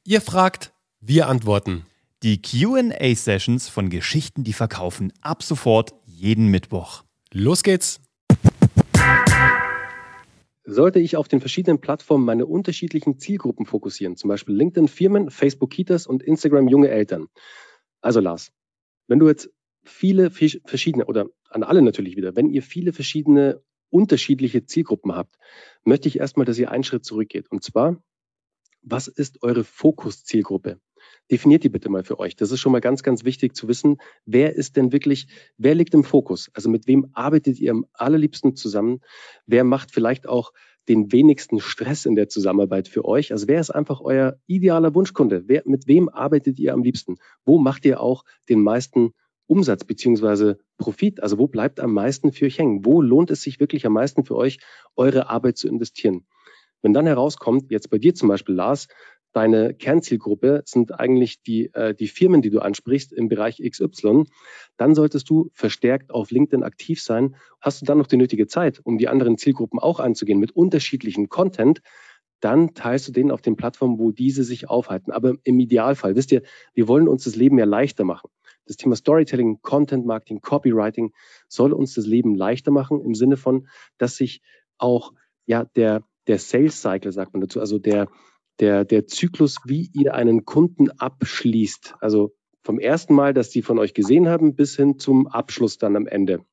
Ihr fragt, wir antworten. Die Q&A-Sessions von Geschichten, die verkaufen, ab sofort jeden Mittwoch. Los geht's! Sollte ich auf den verschiedenen Plattformen meine unterschiedlichen Zielgruppen fokussieren, zum Beispiel LinkedIn Firmen, Facebook Kitas und Instagram junge Eltern? Also Lars, wenn du jetzt viele verschiedene, oder an alle natürlich wieder, wenn ihr viele verschiedene unterschiedliche Zielgruppen habt, möchte ich erstmal, dass ihr einen Schritt zurückgeht. Und zwar, was ist eure Fokus-Zielgruppe? Definiert die bitte mal für euch. Das ist schon mal ganz, ganz wichtig zu wissen, wer liegt im Fokus? Also mit wem arbeitet ihr am allerliebsten zusammen? Wer macht vielleicht auch den wenigsten Stress in der Zusammenarbeit für euch? Also wer ist einfach euer idealer Wunschkunde? Mit wem arbeitet ihr am liebsten? Wo macht ihr auch den meisten Umsatz bzw. Profit? Also wo bleibt am meisten für euch hängen? Wo lohnt es sich wirklich am meisten für euch, eure Arbeit zu investieren? Wenn dann herauskommt, jetzt bei dir zum Beispiel, Lars, deine Kernzielgruppe sind eigentlich die Firmen, die du ansprichst im Bereich XY, dann solltest du verstärkt auf LinkedIn aktiv sein. Hast du dann noch die nötige Zeit, um die anderen Zielgruppen auch anzugehen mit unterschiedlichen Content, dann teilst du den auf den Plattformen, wo diese sich aufhalten. Aber im Idealfall, wisst ihr, wir wollen uns das Leben ja leichter machen. Das Thema Storytelling, Content Marketing, Copywriting soll uns das Leben leichter machen im Sinne von, dass sich auch der Sales Cycle, sagt man dazu, also der Zyklus, wie ihr einen Kunden abschließt. Also vom ersten Mal, dass die von euch gesehen haben, bis hin zum Abschluss dann am Ende.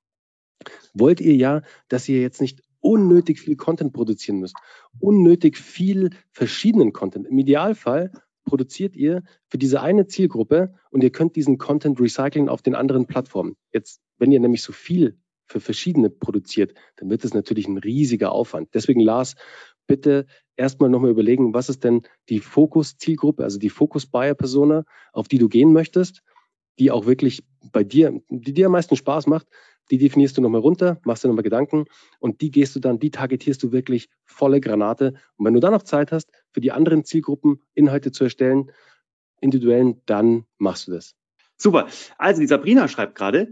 Wollt ihr ja, dass ihr jetzt nicht unnötig viel Content produzieren müsst. Unnötig viel verschiedenen Content. Im Idealfall produziert ihr für diese eine Zielgruppe und ihr könnt diesen Content recyceln auf den anderen Plattformen. Jetzt, wenn ihr nämlich so viel für verschiedene produziert, dann wird es natürlich ein riesiger Aufwand. Deswegen, Lars, bitte erstmal nochmal überlegen, was ist denn die Fokus-Zielgruppe, also die Fokus-Buyer-Persona, auf die du gehen möchtest, die auch wirklich bei dir, die dir am meisten Spaß macht, die definierst du nochmal runter, machst dir nochmal Gedanken und die targetierst du wirklich volle Granate. Und wenn du dann noch Zeit hast, für die anderen Zielgruppen Inhalte zu erstellen, individuellen, dann machst du das. Super. Also die Sabrina schreibt gerade,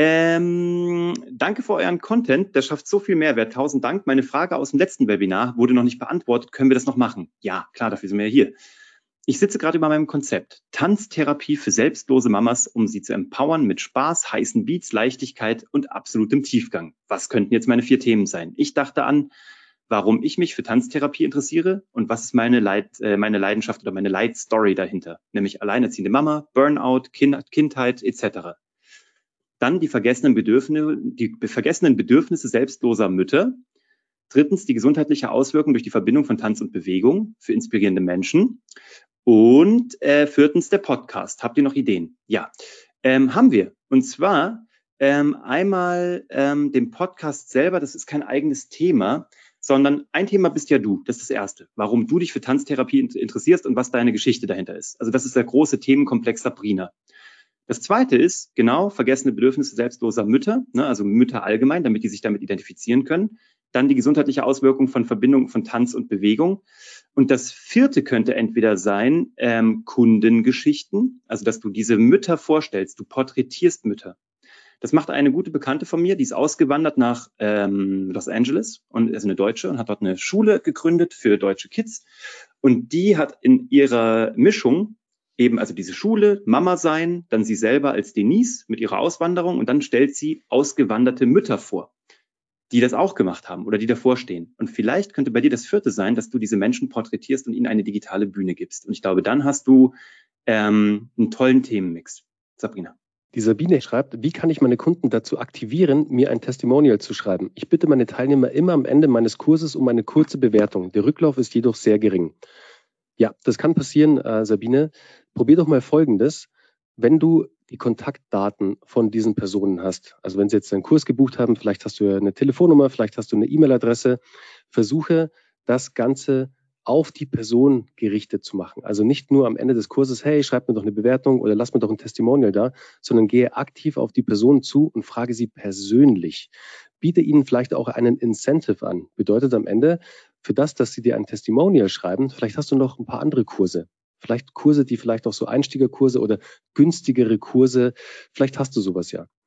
danke für euren Content, der schafft so viel Mehrwert. 1000 Dank. Meine Frage aus dem letzten Webinar wurde noch nicht beantwortet. Können wir das noch machen? Ja, klar, dafür sind wir hier. Ich sitze gerade über meinem Konzept. Tanztherapie für selbstlose Mamas, um sie zu empowern mit Spaß, heißen Beats, Leichtigkeit und absolutem Tiefgang. Was könnten jetzt meine 4 Themen sein? Ich dachte an, warum ich mich für Tanztherapie interessiere und was ist meine Leidenschaft oder meine Leitstory dahinter, nämlich alleinerziehende Mama, Burnout, Kindheit etc. Dann die vergessenen Bedürfnisse selbstloser Mütter. 3. die gesundheitliche Auswirkung durch die Verbindung von Tanz und Bewegung für inspirierende Menschen. Und 4. der Podcast. Habt ihr noch Ideen? Ja, haben wir. Und zwar einmal den Podcast selber, das ist kein eigenes Thema, sondern ein Thema bist ja du. Das ist das Erste. Warum du dich für Tanztherapie interessierst und was deine Geschichte dahinter ist. Also das ist der große Themenkomplex Sabrina. Das Zweite ist, genau, vergessene Bedürfnisse selbstloser Mütter, ne, also Mütter allgemein, damit die sich damit identifizieren können. Dann die gesundheitliche Auswirkung von Verbindung von Tanz und Bewegung. Und das 4. könnte entweder sein, Kundengeschichten, also dass du diese Mütter vorstellst, du porträtierst Mütter. Das macht eine gute Bekannte von mir, die ist ausgewandert nach Los Angeles und ist eine Deutsche und hat dort eine Schule gegründet für deutsche Kids. Und die hat in ihrer Mischung eben also diese Schule, Mama sein, dann sie selber als Denise mit ihrer Auswanderung und dann stellt sie ausgewanderte Mütter vor, die das auch gemacht haben oder die davor stehen. Und vielleicht könnte bei dir das 4. sein, dass du diese Menschen porträtierst und ihnen eine digitale Bühne gibst. Und ich glaube, dann hast du einen tollen Themenmix. Sabrina. Die Sabine schreibt, wie kann ich meine Kunden dazu aktivieren, mir ein Testimonial zu schreiben? Ich bitte meine Teilnehmer immer am Ende meines Kurses um eine kurze Bewertung. Der Rücklauf ist jedoch sehr gering. Ja, das kann passieren, Sabine. Probier doch mal Folgendes. Wenn du die Kontaktdaten von diesen Personen hast, also wenn sie jetzt einen Kurs gebucht haben, vielleicht hast du eine Telefonnummer, vielleicht hast du eine E-Mail-Adresse, versuche das Ganze auf die Person gerichtet zu machen. Also nicht nur am Ende des Kurses, hey, schreib mir doch eine Bewertung oder lass mir doch ein Testimonial da, sondern gehe aktiv auf die Person zu und frage sie persönlich. Biete ihnen vielleicht auch einen Incentive an. Bedeutet am Ende, für das, dass sie dir ein Testimonial schreiben, vielleicht hast du noch ein paar andere Kurse. Vielleicht Kurse, die vielleicht auch so Einsteigerkurse oder günstigere Kurse, vielleicht hast du sowas ja.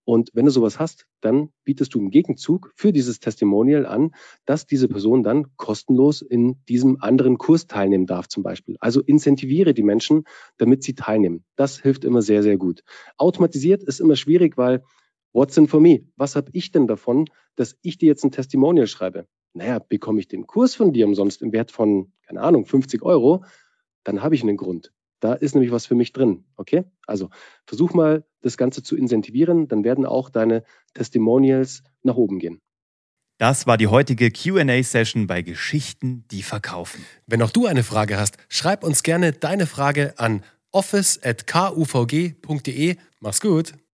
Und wenn du sowas hast, dann bietest du im Gegenzug für dieses Testimonial an, dass diese Person dann kostenlos in diesem anderen Kurs teilnehmen darf zum Beispiel. Also incentiviere die Menschen, damit sie teilnehmen. Das hilft immer sehr, sehr gut. Automatisiert ist immer schwierig, weil what's in for me? Was habe ich denn davon, dass ich dir jetzt ein Testimonial schreibe? Naja, bekomme ich den Kurs von dir umsonst im Wert von, keine Ahnung, 50 €, dann habe ich einen Grund. Da ist nämlich was für mich drin, okay? Also versuch mal, das Ganze zu incentivieren, dann werden auch deine Testimonials nach oben gehen. Das war die heutige Q&A-Session bei Geschichten, die verkaufen. Wenn auch du eine Frage hast, schreib uns gerne deine Frage an office@kuvg.de. Mach's gut!